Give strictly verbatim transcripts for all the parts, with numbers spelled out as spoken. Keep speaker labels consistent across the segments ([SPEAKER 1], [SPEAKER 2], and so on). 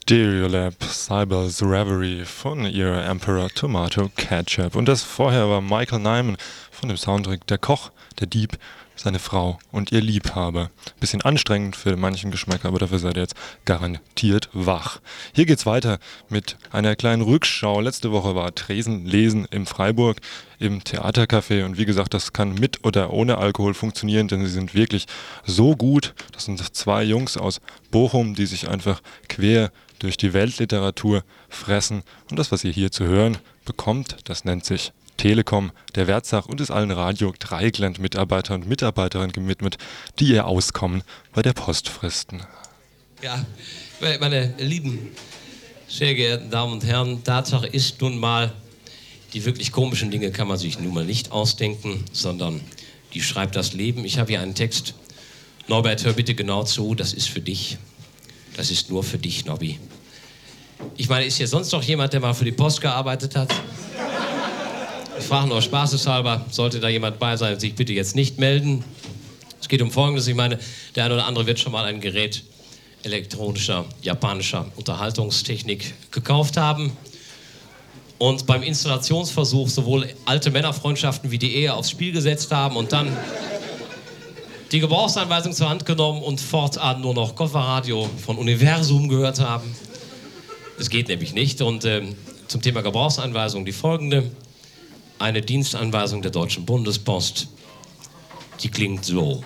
[SPEAKER 1] Stereolab Cyber's Reverie von ihrer Emperor Tomato Ketchup. Und das vorher war Michael Nyman von dem Soundtrack Der Koch, der Dieb, seine Frau und ihr Liebhaber. Bisschen anstrengend für manchen Geschmack, aber dafür seid ihr jetzt garantiert wach. Hier geht's weiter mit einer kleinen Rückschau. Letzte Woche war Tresenlesen im Freiburg im Theatercafé und wie gesagt, das kann mit oder ohne Alkohol funktionieren, denn sie sind wirklich so gut. Das sind zwei Jungs aus Bochum, die sich einfach quer durch die Weltliteratur fressen. Und das, was ihr hier zu hören bekommt, das nennt sich Telekom, der Wertsach und ist allen Radio Dreieckland-Mitarbeitern und Mitarbeiterinnen gewidmet, die ihr Auskommen bei der Post fristen.
[SPEAKER 2] Ja, meine lieben, sehr geehrten Damen und Herren, Tatsache ist nun mal, die wirklich komischen Dinge kann man sich nun mal nicht ausdenken, sondern die schreibt das Leben. Ich habe hier einen Text. Norbert, hör bitte genau zu, das ist für dich. Das ist nur für dich, Nobby. Ich meine, ist hier sonst noch jemand, der mal für die Post gearbeitet hat? Ich frage nur spaßeshalber, sollte da jemand bei sein, sich bitte jetzt nicht melden. Es geht um Folgendes, ich meine, der eine oder andere wird schon mal ein Gerät elektronischer, japanischer Unterhaltungstechnik gekauft haben und beim Installationsversuch sowohl alte Männerfreundschaften wie die Ehe aufs Spiel gesetzt haben und dann die Gebrauchsanweisung zur Hand genommen und fortan nur noch Kofferradio von Universum gehört haben. Das geht nämlich nicht. Und äh, zum Thema Gebrauchsanweisung die folgende. Eine Dienstanweisung der Deutschen Bundespost, die klingt so.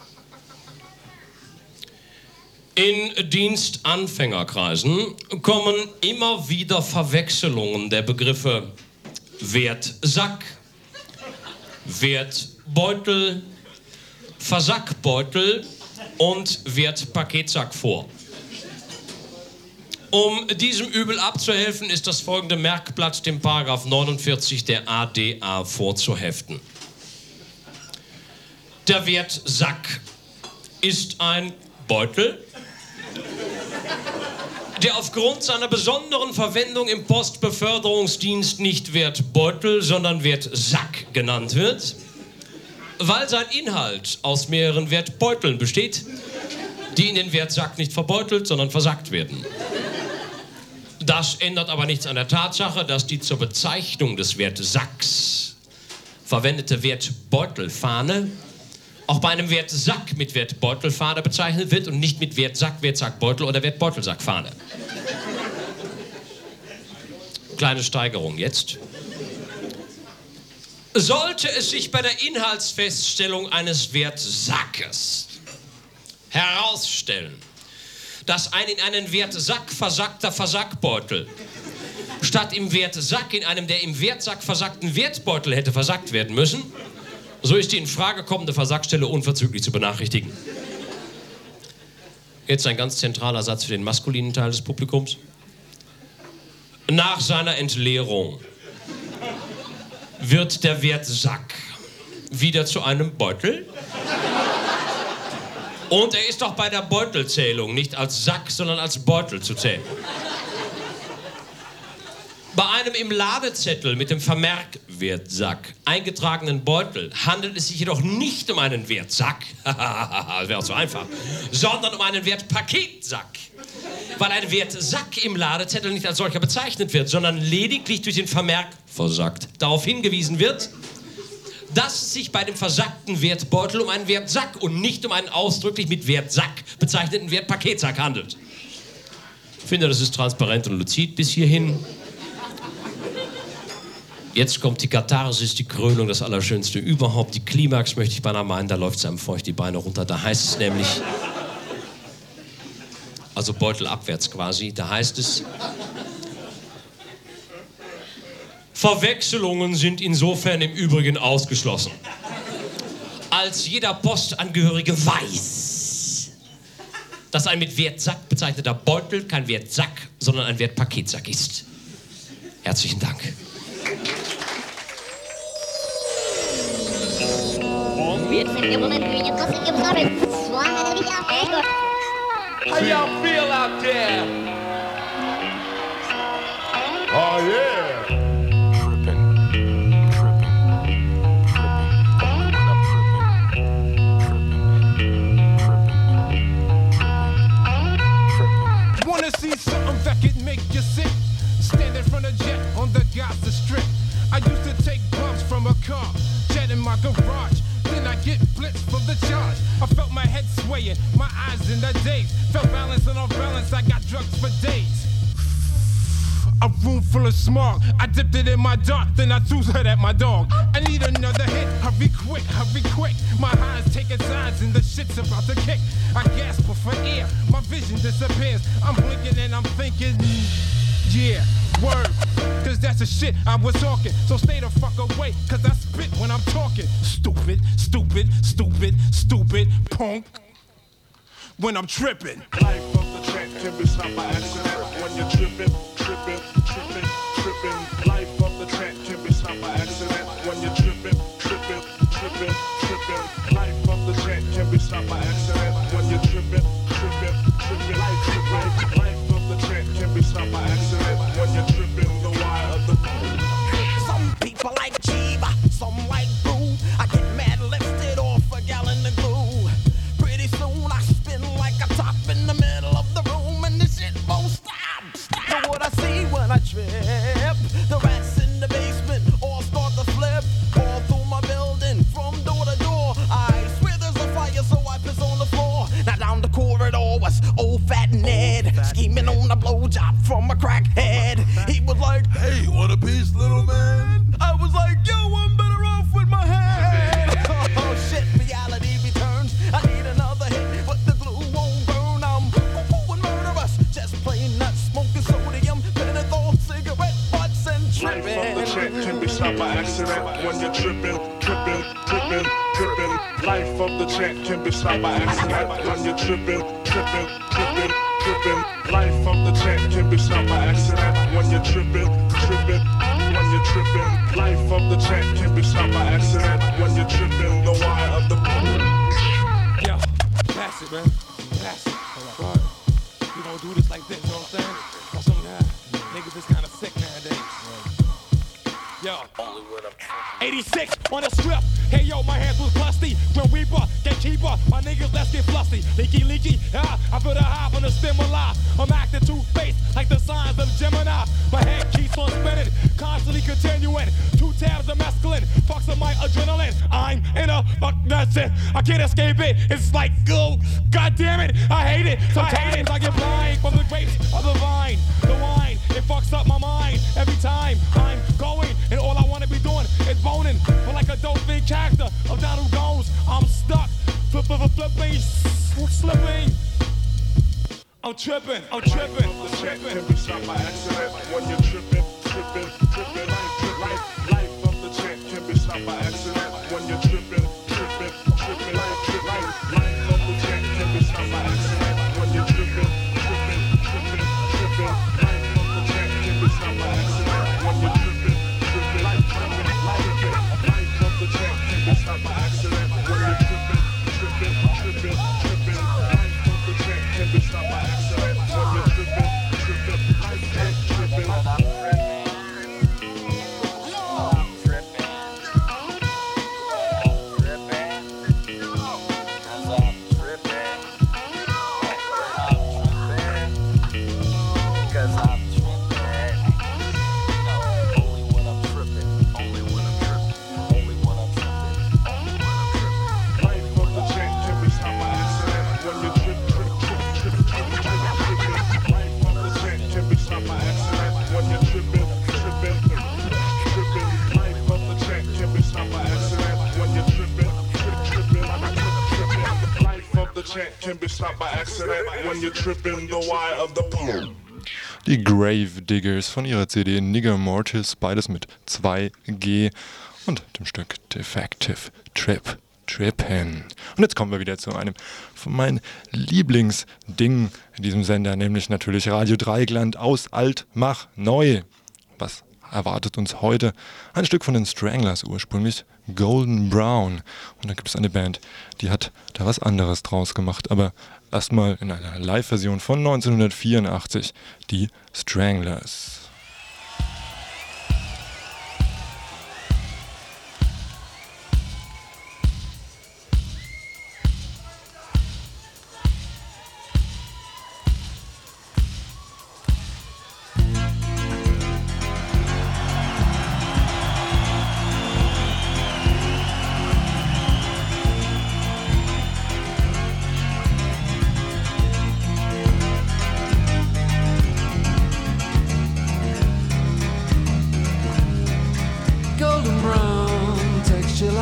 [SPEAKER 2] In Dienstanfängerkreisen kommen immer wieder Verwechslungen der Begriffe Wertsack, Wertbeutel, Versackbeutel und Wertpaketsack vor. Um diesem Übel abzuhelfen, ist das folgende Merkblatt dem Paragraph neunundvierzig der A D A vorzuheften. Der Wertsack ist ein Beutel, der aufgrund seiner besonderen Verwendung im Postbeförderungsdienst nicht Wertbeutel, sondern Wertsack genannt wird, weil sein Inhalt aus mehreren Wertbeuteln besteht, die in den Wertsack nicht verbeutelt, sondern versackt werden. Das ändert aber nichts an der Tatsache, dass die zur Bezeichnung des Wertsacks verwendete Wertbeutelfahne auch bei einem Wertsack mit Wertbeutelfahne bezeichnet wird und nicht mit Wertsack, Wertsackbeutel oder Wertbeutelsackfahne. Kleine Steigerung jetzt. Sollte es sich bei der Inhaltsfeststellung eines Wertsackes herausstellen, dass ein in einen Wertsack versackter Versackbeutel statt im Wertsack in einem der im Wertsack versackten Wertbeutel hätte versackt werden müssen, so ist die in Frage kommende Versackstelle unverzüglich zu benachrichtigen. Jetzt ein ganz zentraler Satz für den maskulinen Teil des Publikums. Nach seiner Entleerung wird der Wertsack wieder zu einem Beutel. Und er ist doch bei der Beutelzählung nicht als Sack, sondern als Beutel zu zählen. Bei einem im Ladezettel mit dem Vermerk Wertsack eingetragenen Beutel handelt es sich jedoch nicht um einen Wertsack, das wäre auch so einfach, sondern um einen Wertpaketsack. Weil ein Wertsack im Ladezettel nicht als solcher bezeichnet wird, sondern lediglich durch den Vermerk versackt darauf hingewiesen wird, dass es sich bei dem versackten Wertbeutel um einen Wertsack und nicht um einen ausdrücklich mit Wertsack bezeichneten Wertpaketsack handelt. Ich finde, das ist transparent und luzid bis hierhin. Jetzt kommt die Katharsis, die Krönung, das Allerschönste überhaupt. Die Klimax möchte ich beinahe meinen, da läuft es einem feucht die Beine runter. Da heißt es nämlich, also Beutel abwärts quasi, da heißt es, Verwechslungen sind insofern im Übrigen ausgeschlossen, als jeder Postangehörige weiß, dass ein mit Wertsack bezeichneter Beutel kein Wertsack, sondern ein Wertpaketsack ist. Herzlichen Dank.
[SPEAKER 3] How y'all feel out there? Oh yeah.
[SPEAKER 1] Trippin', trippin', trippin', I'm trippin', trippin', trippin', trippin', trippin'.
[SPEAKER 3] Wanna see something that
[SPEAKER 4] strip. I used to take bumps from a car, jet in my garage. Then I get blitzed from the charge. I felt my head swaying, my eyes in the daze. Felt balance and off balance, I got drugs for days. A room full of smog, I dipped it in my dark, then I threw it at my dog. I need another hit, hurry quick, hurry quick. My high's taking signs and the shit's about to kick. I gasp for air, my vision disappears. I'm blinking and I'm thinking, yeah, word. Cause that's the shit I was talking. So stay the fuck away, cause I spit when I'm talking. Stupid, stupid, stupid, stupid, punk. When I'm tripping.
[SPEAKER 5] Life of the track can be stopped by accident. When you're tripping, tripping, tripping, tripping. Life of the track can be stopped by accident. When you're tripping, tripping, tripping, tripping. Life of the track can be stopped by accident. When you're tripping, tripping, tripping. Life, life, life of the track can be stopped by accident. When you're tripping, the wire of the
[SPEAKER 6] Some people like Jeeva, some like Boo. I get mad lifted off a gallon of glue. Pretty soon I spin like a top in the middle of the room, and this shit won't stop. Stop. Know what I see when I trip? The rats in the basement all start to flip all through my building from door to door. I swear there's a fire, so I piss on the floor. Now down the corridor was old fat Ned, scheming on a blowjob from a crackhead. He was like, "Hey, what a piece, little man." I was like, "Yo, I'm better off with my head." Oh shit, reality returns. I need another hit, but the glue won't burn. I'm cuckoo and murderous, just plain nuts, smoking sodium, pentothal, cigarette butts, and tripping.
[SPEAKER 5] Life of the track can be stopped by accident. When you're tripping, tripping, tripping, tripping. Life of the track can be stopped by accident. When you're tripping, tripping, tripping, tripping. Life of the track can be stopped by accident. When you're tripping, tripping, when you're tripping. Life of the track can be stopped by accident. When you're tripping, the wire of the
[SPEAKER 4] Yo, pass it, man. Pass it. Alright. We gonna do this like this, you know what I'm saying? Cause some guy, niggas is kinda sick nowadays. Yo. eighty-six on the strip. Hey yo, my hands was busty. Grim Reaper, gatekeeper, my niggas let's get flusty. Leaky, leaky, ah, I put a hop on the stimuli. I'm acting two-faced like the signs of Gemini. My head keeps on spinning, constantly continuing. Two tabs of mescaline, fucks of my adrenaline. I'm in a fuck, that's it. I can't escape it. It's like, go, god damn it, I hate it. Sometimes I, hate it. I get blind from the grapes of the vine. The wine, it fucks up my mind every time I'm going. And all I wanna be doing is boning. But like a dope big character of Donald Jones, I'm stuck, flip of a flipping, slipping. I'm tripping, I'm tripping, I'm tripping.
[SPEAKER 5] Can be stopped by accident. When you're tripping, tripping, tripping. Life, life, life of the track can be stopped by accident. When you're tripping, tripping, tripping. Life, life, life of the track can be stopped by accident. When you're tripping, tripping, tripping, tripping. Life of the track can be stopped by accident. When you're tripping, tripping, life, tripping, life, life of the track can be stopped by accident. When you're tripping, tripping, tripping, tripping. Life of the track can be stopped by accident. When you're tripping, tripping, life, life, tripping. Can be stopped by accident when you're tripping the wire of the pole.
[SPEAKER 1] Die Grave Diggers von ihrer C D Nigger Mortis, beides mit zwei G und dem Stück Defective Trip, Trippin'. Und jetzt kommen wir wieder zu einem von meinen Lieblingsdingen in diesem Sender, nämlich natürlich Radio Dreieckland aus Alt, Mach, Neu. Was erwartet uns heute? Ein Stück von den Stranglers ursprünglich, Golden Brown. Und da gibt es eine Band, die hat da was anderes draus gemacht. Aber erstmal in einer Live-Version von neunzehnhundertvierundachtzig, die Stranglers.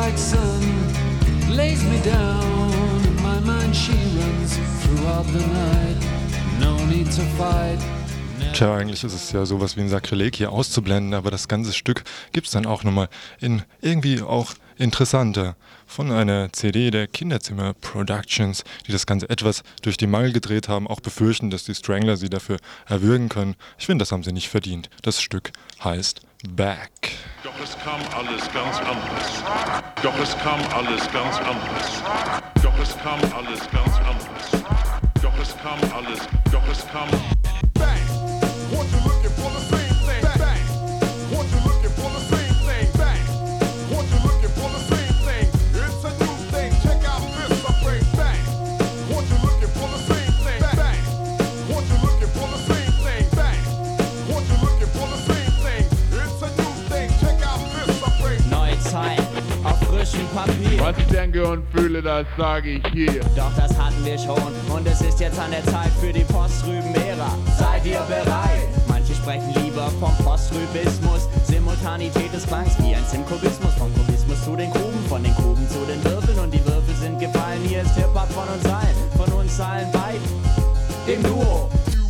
[SPEAKER 7] like sun lays me down. In my mind she runs throughout the night. No need to fight.
[SPEAKER 1] Tja, eigentlich ist es ja sowas wie ein Sakrileg hier auszublenden, aber das ganze Stück gibt's dann auch nochmal in irgendwie auch interessanter von einer C D der Kinderzimmer Productions, die das Ganze etwas durch die Mangel gedreht haben, auch befürchten, dass die Strangler sie dafür erwürgen können. Ich finde, das haben sie nicht verdient. Das Stück heißt Back.
[SPEAKER 5] Doch es kam alles ganz anders. Doch es kam alles ganz anders. Doch es kam alles ganz anders. Doch es kam alles, doch es kam. Bang! Want you looking for the same thing? Bang! Want you looking for the same thing? Bang! Want you looking for the same thing? It's a new thing. Check out this upgrade. Bang! Want you looking for the same thing? Bang! Want you looking for the same thing? Bang! Want you looking for the same thing? It's a new thing. Check out this upgrade.
[SPEAKER 6] Neue Zeilen auf frischem Papier.
[SPEAKER 8] Was ich denke und fühle, das sage ich hier.
[SPEAKER 6] Doch das hatten wir schon und es ist jetzt an der Zeit für die Postrüben-Ära. Seid ihr bereit? Manche sprechen lieber vom Postrübismus. Simultanität des Klangs wie ein Simkubismus. Vom Kubismus zu den Gruben, von den Gruben zu den Würfeln. Und die Würfel sind gefallen, hier ist Hip-Hop von uns allen. Von uns allen beiden im Duo.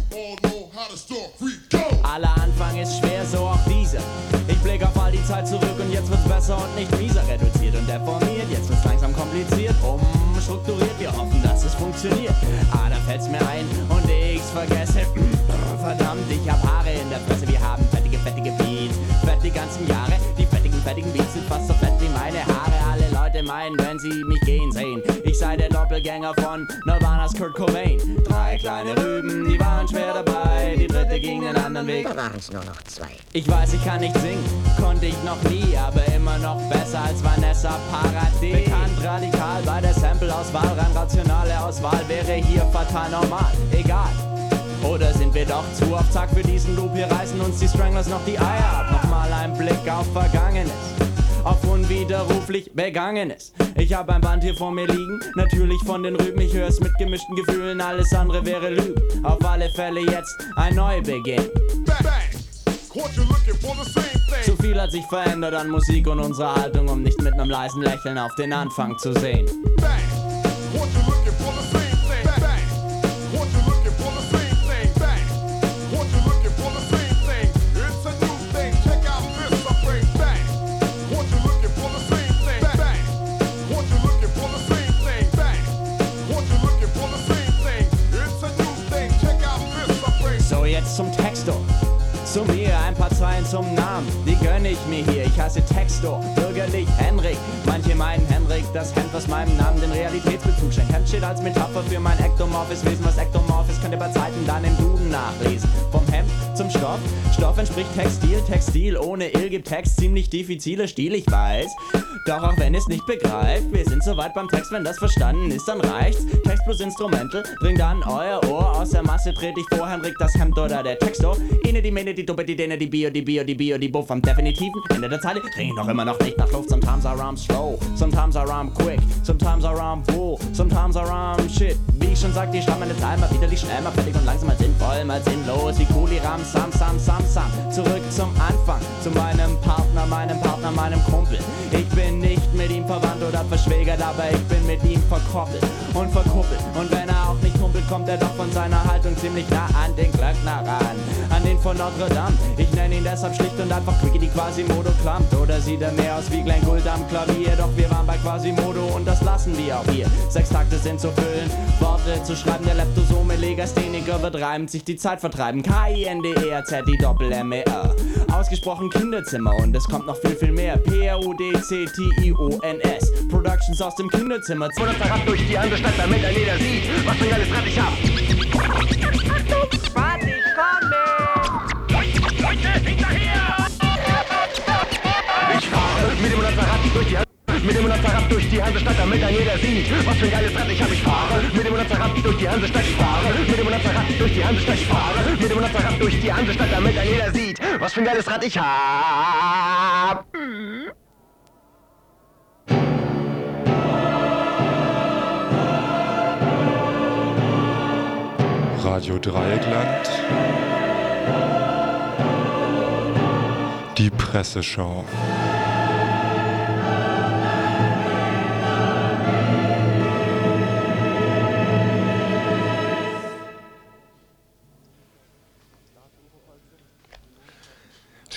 [SPEAKER 6] Aller Anfang ist schwer, so auch dieser. Ich blick auf all die Zeit zurück und jetzt wird's besser und nicht mieser. Reduziert und deformiert, jetzt wird's langsam kompliziert. Umstrukturiert, wir hoffen, dass es funktioniert. Ah, da fällt's mir ein und ich's vergesse. Verdammt, ich hab Haare in der Fresse. Wir haben fettige, fettige Beats. Fett die ganzen Jahre. Die fettigen, fettigen Beats sind fast so fett wie meine Haare. Alle Leute meinen, wenn sie mich gehen sehen, ich sei der Doppelgänger von Nirvana's Kurt Cobain. Drei kleine Rüben, die waren schwer dabei. Die dritte ging einen anderen Weg.
[SPEAKER 9] Da waren's nur noch zwei.
[SPEAKER 6] Ich weiß, ich kann nicht singen, konnte ich noch nie, aber immer noch besser als Vanessa Paradis. Bekannt radikal bei der Sample-Auswahl, rein rationale Auswahl wäre hier fatal normal. Egal. Oder sind wir doch zu auf Zack für diesen Loop? Hier reißen uns die Stranglers noch die Eier ab. Nochmal ein Blick auf Vergangenes, auf unwiderruflich Begangenes. Ich hab ein Band hier vor mir liegen, natürlich von den Rüben. Ich hör's mit gemischten Gefühlen, alles andere wäre Lügen. Auf alle Fälle jetzt ein Neubeginn. Zu viel hat sich verändert an Musik und unserer Haltung, um nicht mit einem leisen Lächeln auf den Anfang zu sehen. So, jetzt zum Texto. Zu mir ein paar Zeilen zum Namen, die gönn ich mir hier. Ich heiße Texto, bürgerlich Henrik. Manche meinen Henrik, das Hemd, was meinem Namen den Realitätsbezug schenkt. Hemd steht als Metapher für mein ektomorphes Wesen. Was ektomorph ist, könnt ihr bei Zeiten dann im Duden nachlesen. Vom Hemd zum Stoff, Stoff entspricht Textil. Textil ohne Ill gibt Text ziemlich diffizile Stil, ich weiß. Doch auch wenn es nicht begreift, wir sind soweit beim Text, wenn das verstanden ist, dann reicht's. Text plus Instrumental, bringt dann euer Ohr aus der Masse, dreht dich vor, Henrik, das Hemd oder der Texto. Ine, die Mene, die Duppe, die Dene, die Bio, die Bio, die Bio, die Buff am definitiven Ende der Zeile. Dring ich noch immer noch nicht nach Luft, sometimes I rhyme slow, sometimes I rhyme quick, sometimes I rhyme full, sometimes I rhyme shit. Wie ich schon sagte, ich schreibe meine Zahlen mal widerlich schnell, mal fertig und langsam, mal sinnvoll, mal sinnlos. Wie Kuli, Ram, Sam, Sam, Sam, Sam. Zurück zum Anfang, zu meinem Partner, meinem Partner, meinem Kumpel. Ich bin nicht mit ihm verwandt oder verschwägert, aber ich bin mit ihm verkoppelt und verkuppelt. Und wenn er auch nicht kumpelt, kommt er doch von seiner Haltung ziemlich nah an den Glöckner ran, an den von Notre Dame. Ich nenne ihn deshalb schlicht und einfach Quickie, die Quasimodo klammt. Oder sieht er mehr aus wie Glenn Gould am Klavier? Doch wir waren bei Quasimodo und das lassen wir auch hier. Sechs Takte sind zu füllen, Worte zu schreiben. Der Leptosome Legastheniker wird reimend sich die Zeit vertreiben. K I N D E R Z I Doppel M E R. Ausgesprochen Kinderzimmer und es kommt noch viel, viel mehr. P R U D C T I O N S. Productions aus dem Kinderzimmer.
[SPEAKER 10] Wo das Rad durch die andere Stadt, damit ein jeder sieht, was für ein geiles Rad ich hab.
[SPEAKER 11] Warte, ich komme!
[SPEAKER 10] Leute, hinterher! Ich fahre mit dem Monatsrad durch die mit dem Monatsrad durch die Hansestadt, damit ein jeder sieht, was für ein geiles Rad ich hab. Ich fahre mit dem Monatsrad durch die Hansestadt. Ich fahre mit dem Monatsrad durch die Hansestadt. Ich fahre mit dem Monatsrad durch die Hansestadt, damit ein jeder sieht, was für ein geiles Rad ich hab.
[SPEAKER 1] Radio Dreieckland. Die Presseschau.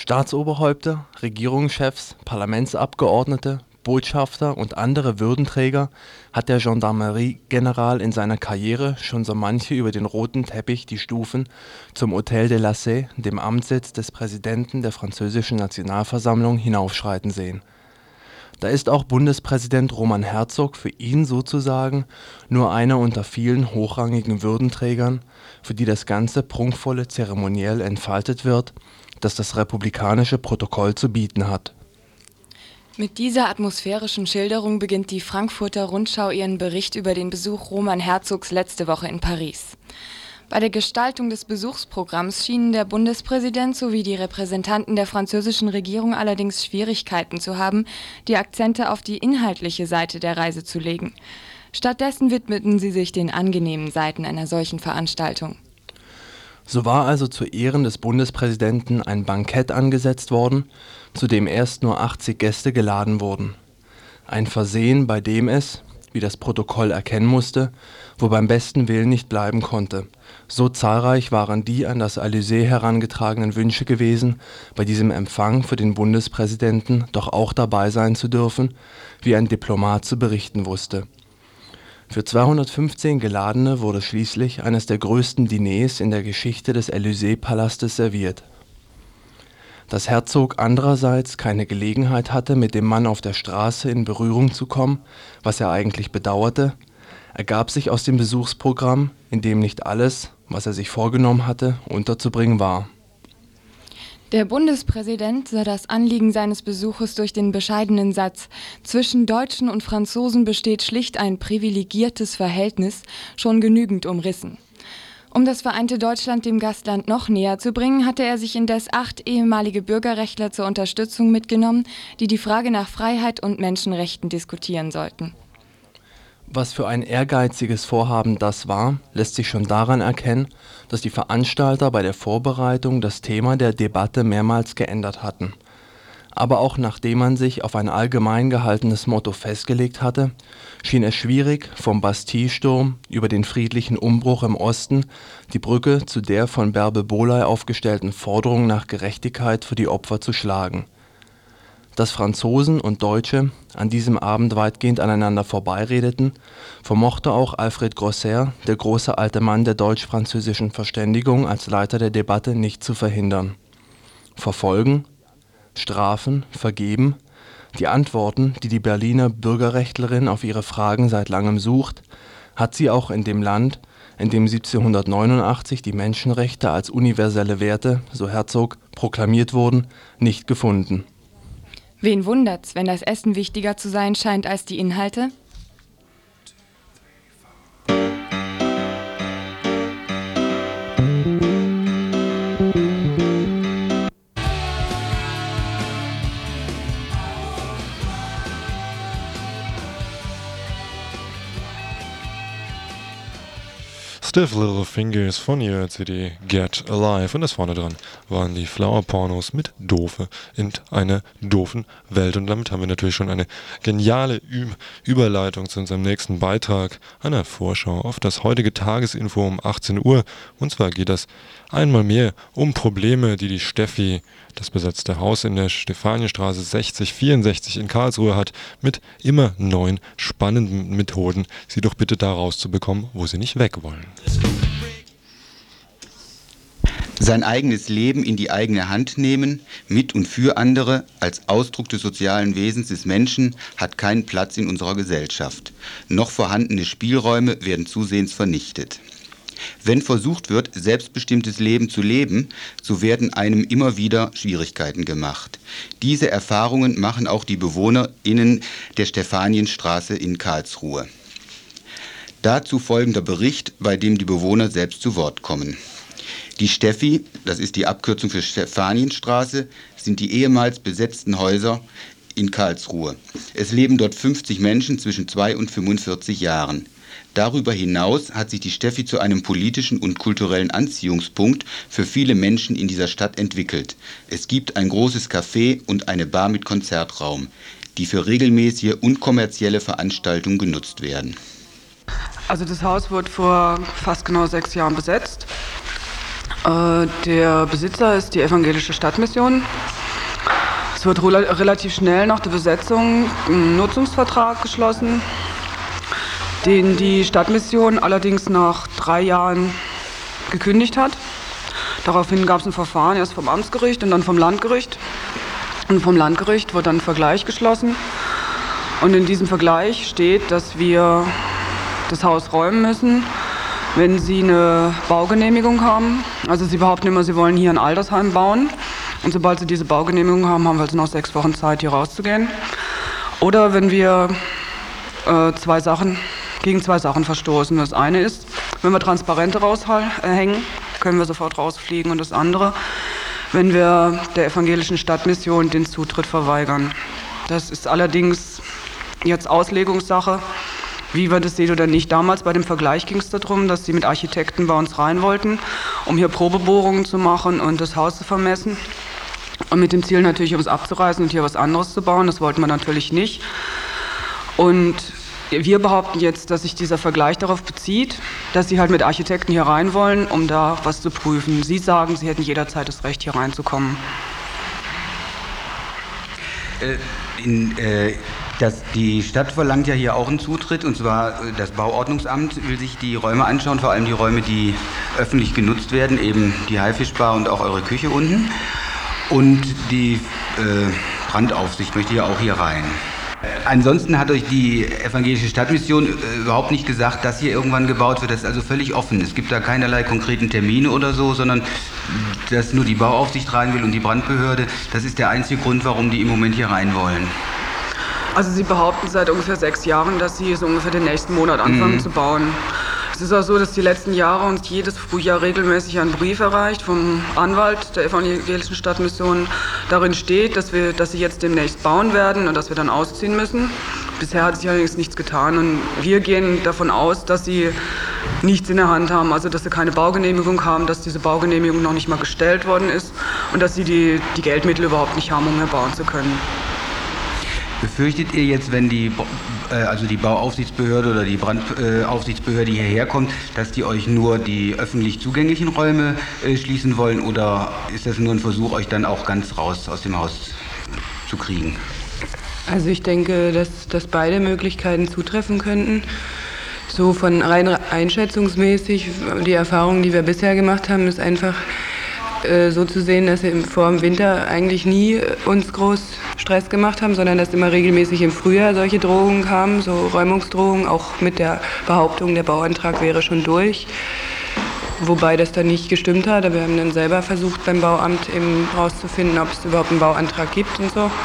[SPEAKER 9] Staatsoberhäupter, Regierungschefs, Parlamentsabgeordnete, Botschafter und andere Würdenträger hat der Gendarmerie-General in seiner Karriere schon so manche über den roten Teppich die Stufen zum Hôtel de l'Assé, dem Amtssitz des Präsidenten der französischen Nationalversammlung, hinaufschreiten sehen. Da ist auch Bundespräsident Roman Herzog für ihn sozusagen nur einer unter vielen hochrangigen Würdenträgern, für die das ganze prunkvolle Zeremoniell entfaltet wird, das das republikanische Protokoll zu bieten hat.
[SPEAKER 11] Mit dieser atmosphärischen Schilderung beginnt die Frankfurter Rundschau ihren Bericht über den Besuch Roman Herzogs letzte Woche in Paris. Bei der Gestaltung des Besuchsprogramms schienen der Bundespräsident sowie die Repräsentanten der französischen Regierung allerdings Schwierigkeiten zu haben, die Akzente auf die inhaltliche Seite der Reise zu legen. Stattdessen widmeten sie sich den angenehmen Seiten einer solchen Veranstaltung.
[SPEAKER 9] So war also zu Ehren des Bundespräsidenten ein Bankett angesetzt worden, zu dem erst nur achtzig Gäste geladen wurden. Ein Versehen, bei dem es, wie das Protokoll erkennen musste, wo beim besten Willen nicht bleiben konnte. So zahlreich waren die an das Élysée herangetragenen Wünsche gewesen, bei diesem Empfang für den Bundespräsidenten doch auch dabei sein zu dürfen, wie ein Diplomat zu berichten wusste. Für zweihundertfünfzehn Geladene wurde schließlich eines der größten Diners in der Geschichte des Élysée-Palastes serviert. Dass Herzog andererseits keine Gelegenheit hatte, mit dem Mann auf der Straße in Berührung zu kommen, was er eigentlich bedauerte, ergab sich aus dem Besuchsprogramm, in dem nicht alles, was er sich vorgenommen hatte, unterzubringen war.
[SPEAKER 11] Der Bundespräsident sah das Anliegen seines Besuches durch den bescheidenen Satz „Zwischen Deutschen und Franzosen besteht schlicht ein privilegiertes Verhältnis" schon genügend umrissen. Um das vereinte Deutschland dem Gastland noch näher zu bringen, hatte er sich indes acht ehemalige Bürgerrechtler zur Unterstützung mitgenommen, die die Frage nach Freiheit und Menschenrechten diskutieren sollten.
[SPEAKER 9] Was für ein ehrgeiziges Vorhaben das war, lässt sich schon daran erkennen, dass die Veranstalter bei der Vorbereitung das Thema der Debatte mehrmals geändert hatten. Aber auch nachdem man sich auf ein allgemein gehaltenes Motto festgelegt hatte, schien es schwierig, vom Bastille-Sturm über den friedlichen Umbruch im Osten die Brücke zu der von Bärbel Bohley aufgestellten Forderung nach Gerechtigkeit für die Opfer zu schlagen. Dass Franzosen und Deutsche an diesem Abend weitgehend aneinander vorbeiredeten, vermochte auch Alfred Grosser, der große alte Mann der deutsch-französischen Verständigung, als Leiter der Debatte nicht zu verhindern. Verfolgen, strafen, vergeben, die Antworten, die die Berliner Bürgerrechtlerin auf ihre Fragen seit langem sucht, hat sie auch in dem Land, in dem siebzehnhundertneunundachtzig die Menschenrechte als universelle Werte, so Herzog, proklamiert wurden, nicht gefunden.
[SPEAKER 11] Wen wundert's, wenn das Essen wichtiger zu sein scheint als die Inhalte?
[SPEAKER 1] Stiff Little Fingers von ihrer C D Get Alive, und das vorne dran waren die Flower-Pornos mit Doofe in einer doofen Welt. Und damit haben wir natürlich schon eine geniale Ü- Überleitung zu unserem nächsten Beitrag, einer Vorschau auf das heutige Tagesinfo um achtzehn Uhr. Und zwar geht das einmal mehr um Probleme, die die Steffi, das besetzte Haus in der Stefanienstraße sechzig vierundsechzig in Karlsruhe, hat, mit immer neuen spannenden Methoden, sie doch bitte da rauszubekommen, wo sie nicht weg wollen.
[SPEAKER 12] Sein eigenes Leben in die eigene Hand nehmen, mit und für andere, als Ausdruck des sozialen Wesens des Menschen, hat keinen Platz in unserer Gesellschaft. Noch vorhandene Spielräume werden zusehends vernichtet. Wenn versucht wird, selbstbestimmtes Leben zu leben, so werden einem immer wieder Schwierigkeiten gemacht. Diese Erfahrungen machen auch die BewohnerInnen der Stefanienstraße in Karlsruhe. Dazu folgender Bericht, bei dem die Bewohner selbst zu Wort kommen. Die Steffi, das ist die Abkürzung für Stefanienstraße, sind die ehemals besetzten Häuser in Karlsruhe. Es leben dort fünfzig Menschen zwischen zwei und fünfundvierzig Jahren. Darüber hinaus hat sich die Steffi zu einem politischen und kulturellen Anziehungspunkt für viele Menschen in dieser Stadt entwickelt. Es gibt ein großes Café und eine Bar mit Konzertraum, die für regelmäßige und kommerzielle Veranstaltungen genutzt werden.
[SPEAKER 13] Also das Haus wurde vor fast genau sechs Jahren besetzt. Äh, der Besitzer ist die Evangelische Stadtmission. Es wird relativ schnell nach der Besetzung ein Nutzungsvertrag geschlossen, den die Stadtmission allerdings nach drei Jahren gekündigt hat. Daraufhin gab es ein Verfahren, erst vom Amtsgericht und dann vom Landgericht. Und vom Landgericht wurde dann ein Vergleich geschlossen. Und in diesem Vergleich steht, dass wir das Haus räumen müssen, wenn sie eine Baugenehmigung haben. Also sie behaupten immer, sie wollen hier ein Altersheim bauen. Und sobald sie diese Baugenehmigung haben, haben wir also noch sechs Wochen Zeit, hier rauszugehen. Oder wenn wir äh, zwei Sachen, gegen zwei Sachen verstoßen. Das eine ist, wenn wir Transparente raushängen, können wir sofort rausfliegen. Und das andere, wenn wir der evangelischen Stadtmission den Zutritt verweigern. Das ist allerdings jetzt Auslegungssache, wie wir das sehen oder nicht. Damals bei dem Vergleich ging es darum, dass sie mit Architekten bei uns rein wollten, um hier Probebohrungen zu machen und das Haus zu vermessen. Und mit dem Ziel natürlich, um es abzureißen und hier was anderes zu bauen. Das wollten wir natürlich nicht. Und wir behaupten jetzt, dass sich dieser Vergleich darauf bezieht, dass sie halt mit Architekten hier rein wollen, um da was zu prüfen. Sie sagen, sie hätten jederzeit das Recht, hier reinzukommen.
[SPEAKER 12] Äh, in, äh, das, die Stadt verlangt ja hier auch einen Zutritt, und zwar äh, das Bauordnungsamt will sich die Räume anschauen, vor allem die Räume, die öffentlich genutzt werden, eben die Haifischbar und auch eure Küche unten. Und die äh, Brandaufsicht möchte ja auch hier rein. Ansonsten hat euch die evangelische Stadtmission äh, überhaupt nicht gesagt, dass hier irgendwann gebaut wird. Das ist also völlig offen. Es gibt da keinerlei konkreten Termine oder so, sondern dass nur die Bauaufsicht rein will und die Brandbehörde. Das ist der einzige Grund, warum die im Moment hier rein wollen.
[SPEAKER 13] Also sie behaupten seit ungefähr sechs Jahren, dass sie so ungefähr den nächsten Monat anfangen mhm. zu bauen. Es ist auch so, dass die letzten Jahre uns jedes Frühjahr regelmäßig ein Brief erreicht vom Anwalt der evangelischen Stadtmission. Darin steht, dass, wir, dass sie jetzt demnächst bauen werden und dass wir dann ausziehen müssen. Bisher hat sich allerdings nichts getan und wir gehen davon aus, dass sie nichts in der Hand haben, also dass sie keine Baugenehmigung haben, dass diese Baugenehmigung noch nicht mal gestellt worden ist und dass sie die, die Geldmittel überhaupt nicht haben, um hier bauen zu können.
[SPEAKER 12] Befürchtet ihr jetzt, wenn die, also die Bauaufsichtsbehörde oder die Brandaufsichtsbehörde hierher kommt, dass die euch nur die öffentlich zugänglichen Räume schließen wollen, oder ist das nur ein Versuch, euch dann auch ganz raus aus dem Haus zu kriegen?
[SPEAKER 13] Also ich denke, dass, dass beide Möglichkeiten zutreffen könnten. So von rein einschätzungsmäßig, die Erfahrungen, die wir bisher gemacht haben, ist einfach äh, so zu sehen, dass wir vor dem Winter eigentlich nie uns groß Stress gemacht haben, sondern dass immer regelmäßig im Frühjahr solche Drohungen kamen, so Räumungsdrohungen, auch mit der Behauptung, der Bauantrag wäre schon durch. Wobei das dann nicht gestimmt hat, aber wir haben dann selber versucht beim Bauamt eben rauszufinden, ob es überhaupt einen Bauantrag gibt und so.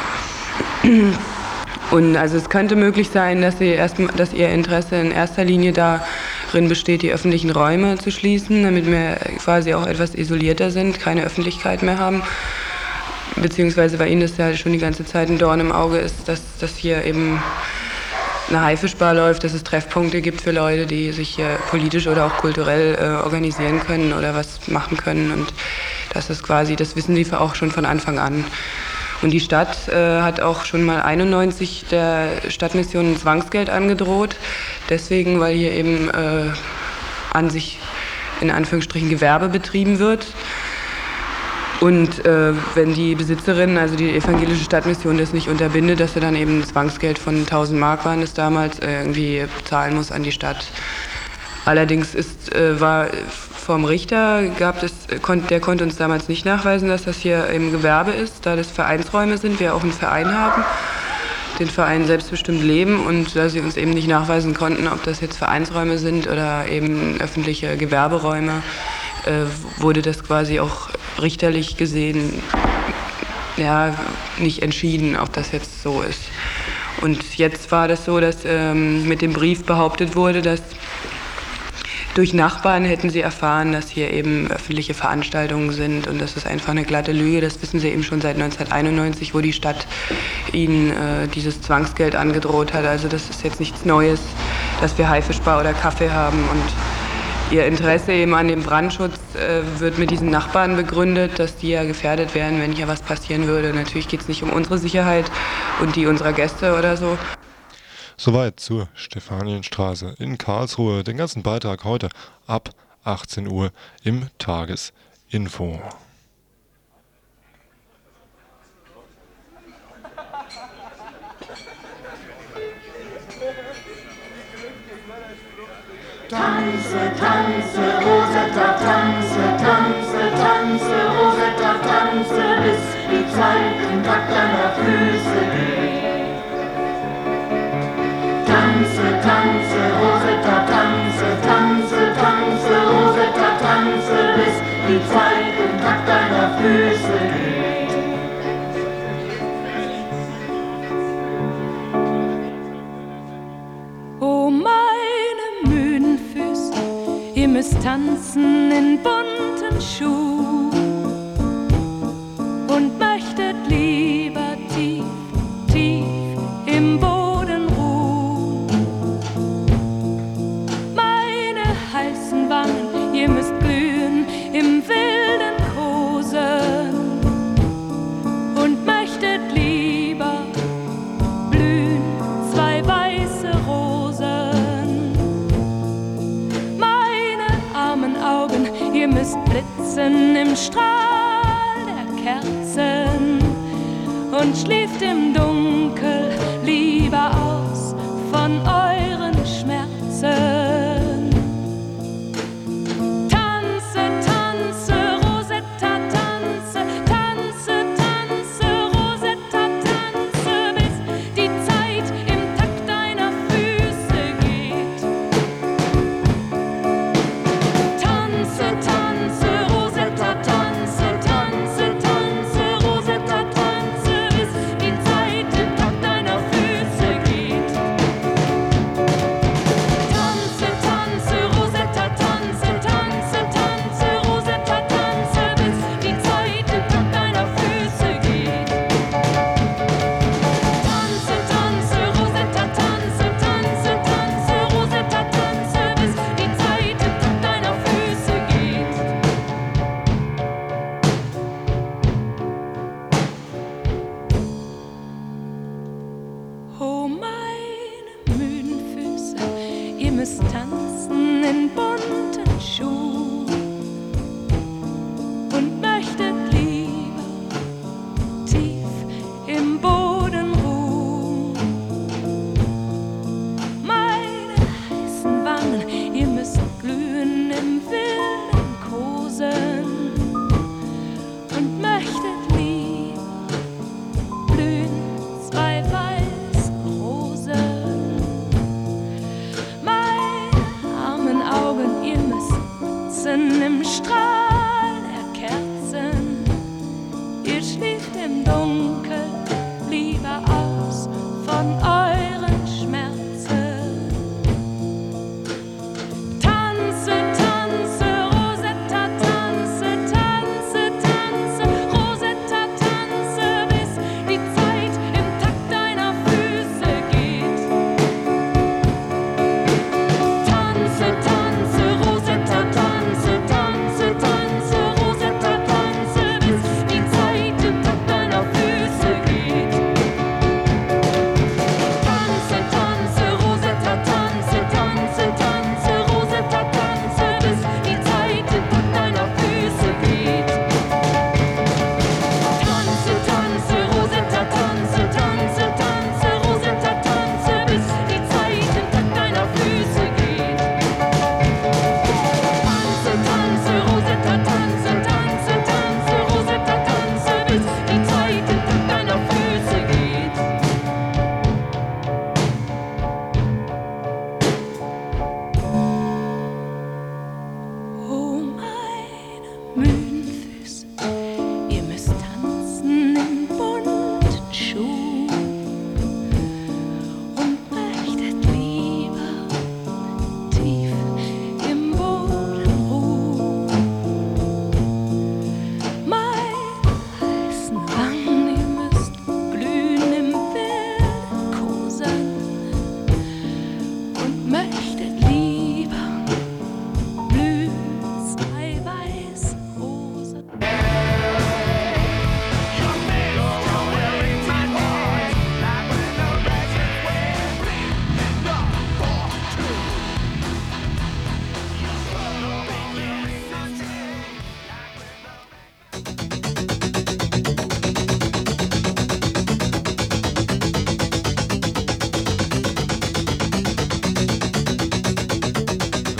[SPEAKER 13] Und also es könnte möglich sein, dass, sie erst, dass ihr Interesse in erster Linie darin besteht, die öffentlichen Räume zu schließen, damit wir quasi auch etwas isolierter sind, keine Öffentlichkeit mehr haben. Beziehungsweise bei Ihnen das ja schon die ganze Zeit ein Dorn im Auge ist, dass, dass hier eben eine Haifischbar läuft, dass es Treffpunkte gibt für Leute, die sich hier politisch oder auch kulturell äh, organisieren können oder was machen können. Und das ist quasi, das wissen Sie auch schon von Anfang an. Und die Stadt äh, hat auch schon mal einundneunzig der Stadtmission ein Zwangsgeld angedroht. Deswegen, weil hier eben äh, an sich in Anführungsstrichen Gewerbe betrieben wird. Und äh, wenn die Besitzerin, also die evangelische Stadtmission, das nicht unterbindet, dass sie dann eben ein Zwangsgeld von tausend Mark waren es damals, äh, irgendwie zahlen muss an die Stadt. Allerdings ist, äh, war vom Richter, gab es, kon, der konnte uns damals nicht nachweisen, dass das hier im Gewerbe ist, da das Vereinsräume sind, wir auch einen Verein haben, den Verein Selbstbestimmt Leben, und da sie uns eben nicht nachweisen konnten, ob das jetzt Vereinsräume sind oder eben öffentliche Gewerberäume, äh, wurde das quasi auch richterlich gesehen, ja, nicht entschieden, ob das jetzt so ist. Und jetzt war das so, dass ähm, mit dem Brief behauptet wurde, dass durch Nachbarn hätten sie erfahren, dass hier eben öffentliche Veranstaltungen sind, und das ist einfach eine glatte Lüge. Das wissen sie eben schon seit neunzehnhunderteinundneunzig, wo die Stadt ihnen äh, dieses Zwangsgeld angedroht hat. Also das ist jetzt nichts Neues, dass wir Haifischbar oder Kaffee haben, und ihr Interesse eben an dem Brandschutz äh, wird mit diesen Nachbarn begründet, dass die ja gefährdet wären, wenn hier was passieren würde. Natürlich geht es nicht um unsere Sicherheit und die unserer Gäste oder so.
[SPEAKER 1] Soweit zur Stefanienstraße in Karlsruhe. Den ganzen Beitrag heute ab achtzehn Uhr im Tagesinfo.
[SPEAKER 14] Tanze, tanze, Rosetta, tanze, tanze, tanze, Rosetta, tanze, bis die Zeit im Takt deiner Füße geht. Tanze, tanze, Rosetta, tanze, tanze, tanze, Rosetta, tanze, bis die Zeit im Takt deiner Füße geht.
[SPEAKER 15] Oh, meine müden Füße, ihr müsst tanzen in bunten Schuhen und möchtet lieber tief, tief im Boden ruhen. Meine heißen Wangen, ihr müsst glühen im wilden Kosen und möchtet lieber blühen zwei weiße Rosen. Meine armen Augen, ihr müsst blitzen im Strahl der Kerzen und schläft im Dunkel lieber aus von euren Schmerzen. Tanze, tanze, Rosetta, tanze, tanze, tanze, Rosetta, tanze, bis die Zeit im Takt deiner Füße geht. Tanze, tanze, Rosetta, tanze, tanze, tanze, Rosetta, tanze, bis die Zeit im Takt deiner Füße geht. Tanze, tanze, Rosetta, tanze, tanze, tanze, Rosetta, tanze, bis die Zeit im Takt deiner Füße geht. Tanze, tanze, Rosetta, tanze, tanze, tanze, Rosetta, tanze, bis die Zeit im Takt deiner Füße geht. Oh, meine müden Füße, ihr müsst tanzen in bunten Schuhen und möchtet lieber tief im Boden ruhen. Meine heißen Wangen, ihr müsst glühen im wilden Kosen und möchtet lieber blühen zwei weiße Rosen. Meine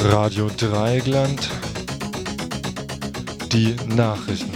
[SPEAKER 1] Radio Dreieckland, die Nachrichten.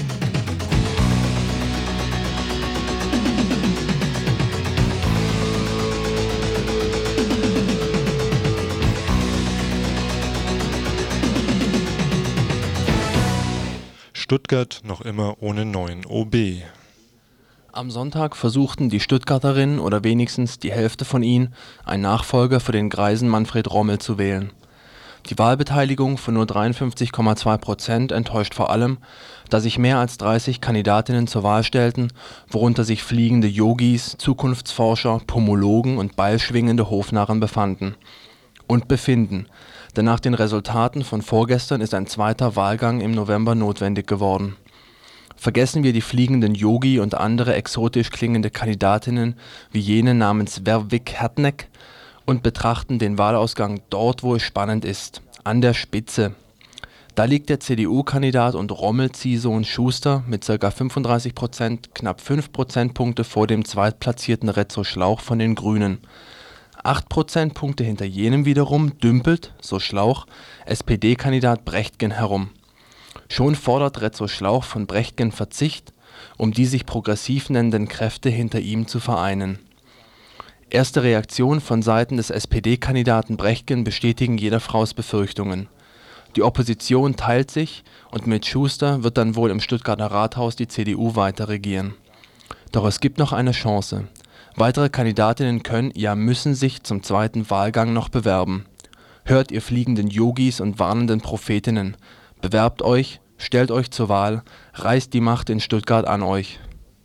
[SPEAKER 1] Stuttgart noch immer ohne neuen O B.
[SPEAKER 9] Am Sonntag versuchten die Stuttgarterinnen oder wenigstens die Hälfte von ihnen, einen Nachfolger für den greisen Manfred Rommel zu wählen. Die Wahlbeteiligung von nur dreiundfünfzig Komma zwei Prozent enttäuscht vor allem, da sich mehr als dreißig Kandidatinnen zur Wahl stellten, worunter sich fliegende Yogis, Zukunftsforscher, Pomologen und beilschwingende Hofnarren befanden. Und befinden, denn nach den Resultaten von vorgestern ist ein zweiter Wahlgang im November notwendig geworden. Vergessen wir die fliegenden Yogi und andere exotisch klingende Kandidatinnen wie jene namens Vervik Hertneck und betrachten den Wahlausgang dort, wo es spannend ist, an der Spitze. Da liegt der C D U-Kandidat und Rommel-Ziehsohn Schuster mit ca. fünfunddreißig Prozent knapp fünf Prozentpunkte vor dem zweitplatzierten Rezo Schlauch von den Grünen. acht Prozentpunkte hinter jenem wiederum dümpelt, so Schlauch, S P D-Kandidat Brechtgen herum. Schon fordert Rezo Schlauch von Brechtgen Verzicht, um die sich progressiv nennenden Kräfte hinter ihm zu vereinen. Erste Reaktionen von Seiten des S P D-Kandidaten Brechtgen bestätigen jeder Fraus Befürchtungen. Die Opposition teilt sich und mit Schuster wird dann wohl im Stuttgarter Rathaus die C D U weiter regieren. Doch es gibt noch eine Chance. Weitere Kandidatinnen können, ja müssen sich zum zweiten Wahlgang noch bewerben. Hört ihr fliegenden Yogis und warnenden Prophetinnen. Bewerbt euch, stellt euch zur Wahl, reißt die Macht in Stuttgart an euch.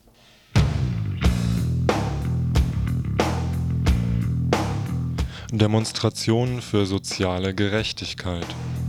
[SPEAKER 1] Demonstrationen für soziale Gerechtigkeit.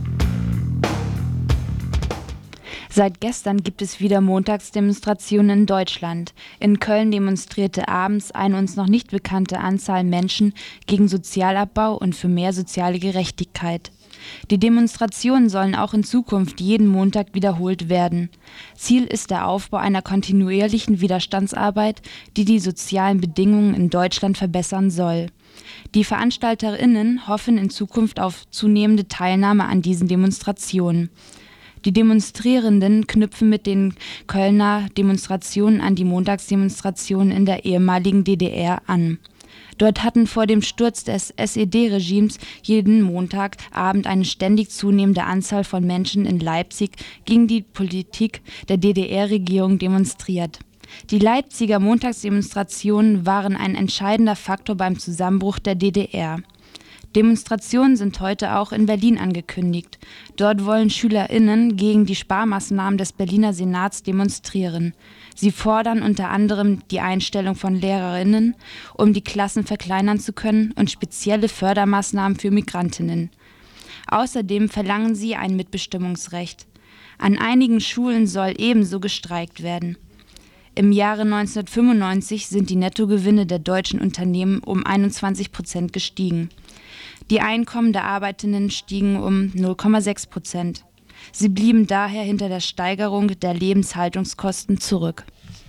[SPEAKER 16] Seit gestern gibt es wieder Montagsdemonstrationen in Deutschland. In Köln demonstrierte abends eine uns noch nicht bekannte Anzahl Menschen gegen Sozialabbau und für mehr soziale Gerechtigkeit. Die Demonstrationen sollen auch in Zukunft jeden Montag wiederholt werden. Ziel ist der Aufbau einer kontinuierlichen Widerstandsarbeit, die die sozialen Bedingungen in Deutschland verbessern soll. Die VeranstalterInnen hoffen in Zukunft auf zunehmende Teilnahme an diesen Demonstrationen. Die Demonstrierenden knüpfen mit den Kölner Demonstrationen an die Montagsdemonstrationen in der ehemaligen D D R an. Dort hatten vor dem Sturz des S E D-Regimes jeden Montagabend eine ständig zunehmende Anzahl von Menschen in Leipzig gegen die Politik der D D R-Regierung demonstriert. Die Leipziger Montagsdemonstrationen waren ein entscheidender Faktor beim Zusammenbruch der D D R. Demonstrationen sind heute auch in Berlin angekündigt. Dort wollen SchülerInnen gegen die Sparmaßnahmen des Berliner Senats demonstrieren. Sie fordern unter anderem die Einstellung von LehrerInnen, um die Klassen verkleinern zu können, und spezielle Fördermaßnahmen für Migrantinnen. Außerdem verlangen sie ein Mitbestimmungsrecht. An einigen Schulen soll ebenso gestreikt werden. Im Jahre neunzehnhundertfünfundneunzig sind die Nettogewinne der deutschen Unternehmen um einundzwanzig Prozent gestiegen. Die Einkommen der Arbeiterinnen stiegen um null Komma sechs Prozent. Sie blieben daher hinter der Steigerung der Lebenshaltungskosten zurück.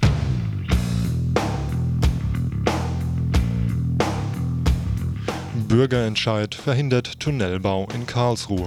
[SPEAKER 1] Bürgerentscheid verhindert Tunnelbau in Karlsruhe.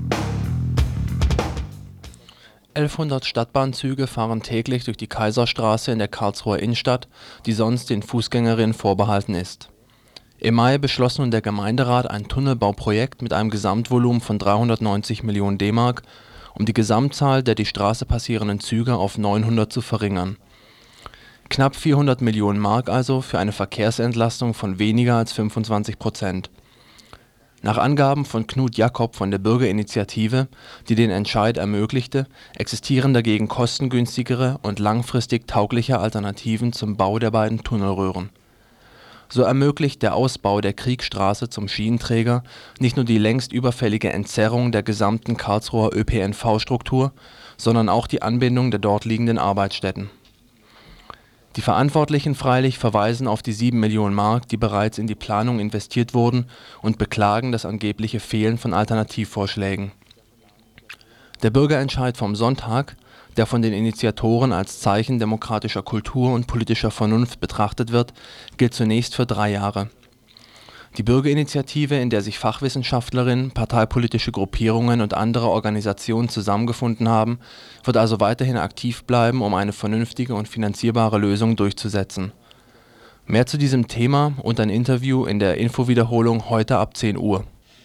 [SPEAKER 9] elfhundert Stadtbahnzüge fahren täglich durch die Kaiserstraße in der Karlsruher Innenstadt, die sonst den Fußgängerinnen vorbehalten ist. Im Mai beschloss nun der Gemeinderat ein Tunnelbauprojekt mit einem Gesamtvolumen von dreihundertneunzig Millionen D-Mark, um die Gesamtzahl der die Straße passierenden Züge auf neunhundert zu verringern. Knapp vierhundert Millionen Mark also für eine Verkehrsentlastung von weniger als fünfundzwanzig Prozent. Nach Angaben von Knut Jakob von der Bürgerinitiative, die den Entscheid ermöglichte, existieren dagegen kostengünstigere und langfristig taugliche Alternativen zum Bau der beiden Tunnelröhren. So ermöglicht der Ausbau der Kriegstraße zum Schienenträger nicht nur die längst überfällige Entzerrung der gesamten Karlsruher Ö P N V-Struktur, sondern auch die Anbindung der dort liegenden Arbeitsstätten. Die Verantwortlichen freilich verweisen auf die sieben Millionen Mark, die bereits in die Planung investiert wurden, und beklagen das angebliche Fehlen von Alternativvorschlägen. Der Bürgerentscheid vom Sonntag, der von den Initiatoren als Zeichen demokratischer Kultur und politischer Vernunft betrachtet wird, gilt zunächst für drei Jahre. Die Bürgerinitiative, in der sich Fachwissenschaftlerinnen, parteipolitische Gruppierungen und andere Organisationen zusammengefunden haben, wird also weiterhin aktiv bleiben, um eine vernünftige und finanzierbare Lösung durchzusetzen. Mehr zu diesem Thema und ein Interview in der Infowiederholung heute ab zehn Uhr.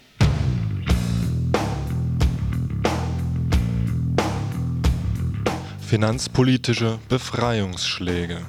[SPEAKER 1] Finanzpolitische Befreiungsschläge.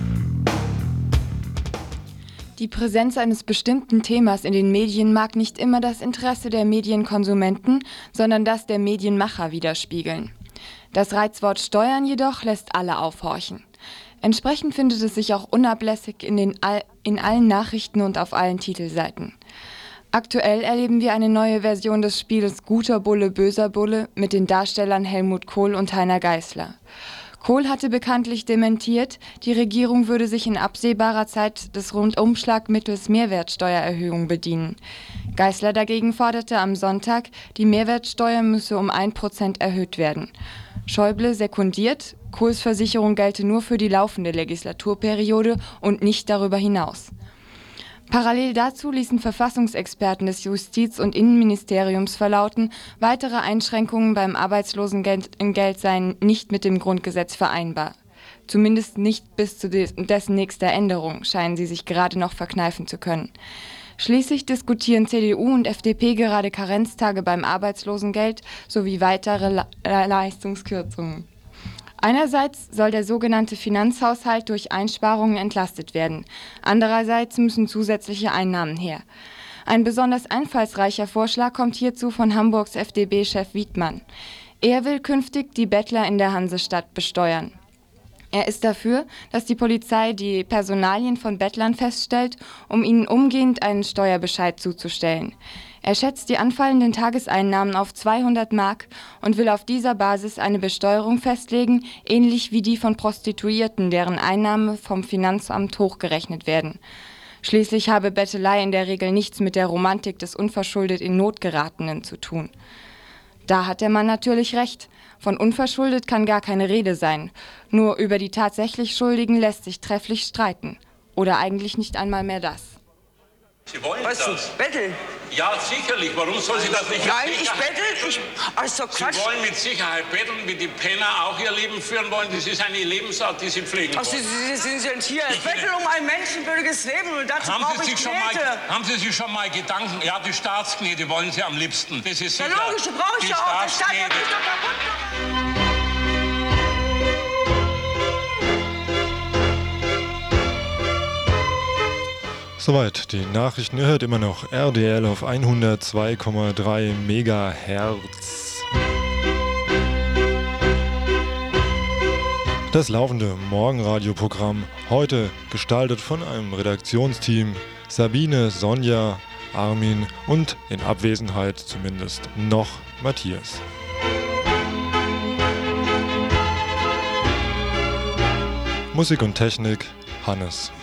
[SPEAKER 11] Die Präsenz eines bestimmten Themas in den Medien mag nicht immer das Interesse der Medienkonsumenten, sondern das der Medienmacher widerspiegeln. Das Reizwort Steuern jedoch lässt alle aufhorchen. Entsprechend findet es sich auch unablässig in, den All- in allen Nachrichten und auf allen Titelseiten. Aktuell erleben wir eine neue Version des Spiels Guter Bulle, böser Bulle mit den Darstellern Helmut Kohl und Heiner Geißler. Kohl hatte bekanntlich dementiert, die Regierung würde sich in absehbarer Zeit des Rundumschlag mittels Mehrwertsteuererhöhung bedienen. Geißler dagegen forderte am Sonntag, die Mehrwertsteuer müsse um ein Prozent erhöht werden. Schäuble sekundiert, Kohls Versicherung gelte nur für die laufende Legislaturperiode und nicht darüber hinaus. Parallel dazu ließen Verfassungsexperten des Justiz- und Innenministeriums verlauten, weitere Einschränkungen beim Arbeitslosengeld seien nicht mit dem Grundgesetz vereinbar. Zumindest nicht bis zu dessen nächster Änderung scheinen sie sich gerade noch verkneifen zu können. Schließlich diskutieren C D U und F D P gerade Karenztage beim Arbeitslosengeld sowie weitere Le- Leistungskürzungen. Einerseits soll der sogenannte Finanzhaushalt durch Einsparungen entlastet werden, andererseits müssen zusätzliche Einnahmen her. Ein besonders einfallsreicher Vorschlag kommt hierzu von Hamburgs F D B-Chef Wiedmann. Er will künftig die Bettler in der Hansestadt besteuern. Er ist dafür, dass die Polizei die Personalien von Bettlern feststellt, um ihnen umgehend einen Steuerbescheid zuzustellen. Er schätzt die anfallenden Tageseinnahmen auf zweihundert Mark und will auf dieser Basis eine Besteuerung festlegen, ähnlich wie die von Prostituierten, deren Einnahmen vom Finanzamt hochgerechnet werden. Schließlich habe Bettelei in der Regel nichts mit der Romantik des unverschuldet in Not geratenen zu tun. Da hat der Mann natürlich recht. Von unverschuldet kann gar keine Rede sein. Nur über die tatsächlich Schuldigen lässt sich trefflich streiten. Oder eigentlich nicht einmal mehr das.
[SPEAKER 17] Sie wollen
[SPEAKER 18] Was,
[SPEAKER 17] das?
[SPEAKER 18] betteln?
[SPEAKER 17] Ja, sicherlich. Warum soll sie das nicht?
[SPEAKER 18] Nein,
[SPEAKER 17] mit
[SPEAKER 18] ich
[SPEAKER 17] Sicherheit
[SPEAKER 18] bettel. Ich, also Quatsch.
[SPEAKER 17] Sie wollen mit Sicherheit betteln, wie die Penner auch ihr Leben führen wollen. Das ist eine Lebensart, die sie pflegen wollen.
[SPEAKER 18] Ach, Sie, Sie, Sie sind hier. Ich bettel um ein menschenwürdiges Leben und dazu
[SPEAKER 17] haben
[SPEAKER 18] brauche
[SPEAKER 17] Sie
[SPEAKER 18] ich
[SPEAKER 17] sich schon mal,
[SPEAKER 18] Knete.
[SPEAKER 17] Haben Sie sich schon mal Gedanken? Ja, die Staatsknete wollen Sie am liebsten. Das ist
[SPEAKER 18] Ja,
[SPEAKER 17] sicher.
[SPEAKER 18] logisch, die brauche ich
[SPEAKER 17] die
[SPEAKER 18] ja auch. Der Staat hat
[SPEAKER 17] Staatsknete.
[SPEAKER 18] mich doch kaputt gemacht.
[SPEAKER 1] Soweit die Nachrichten. Ihr hört immer noch R D L auf hundertzwei Komma drei Megahertz. Das laufende Morgenradioprogramm, heute gestaltet von einem Redaktionsteam Sabine, Sonja, Armin und in Abwesenheit zumindest noch Matthias. Musik und Technik Hannes.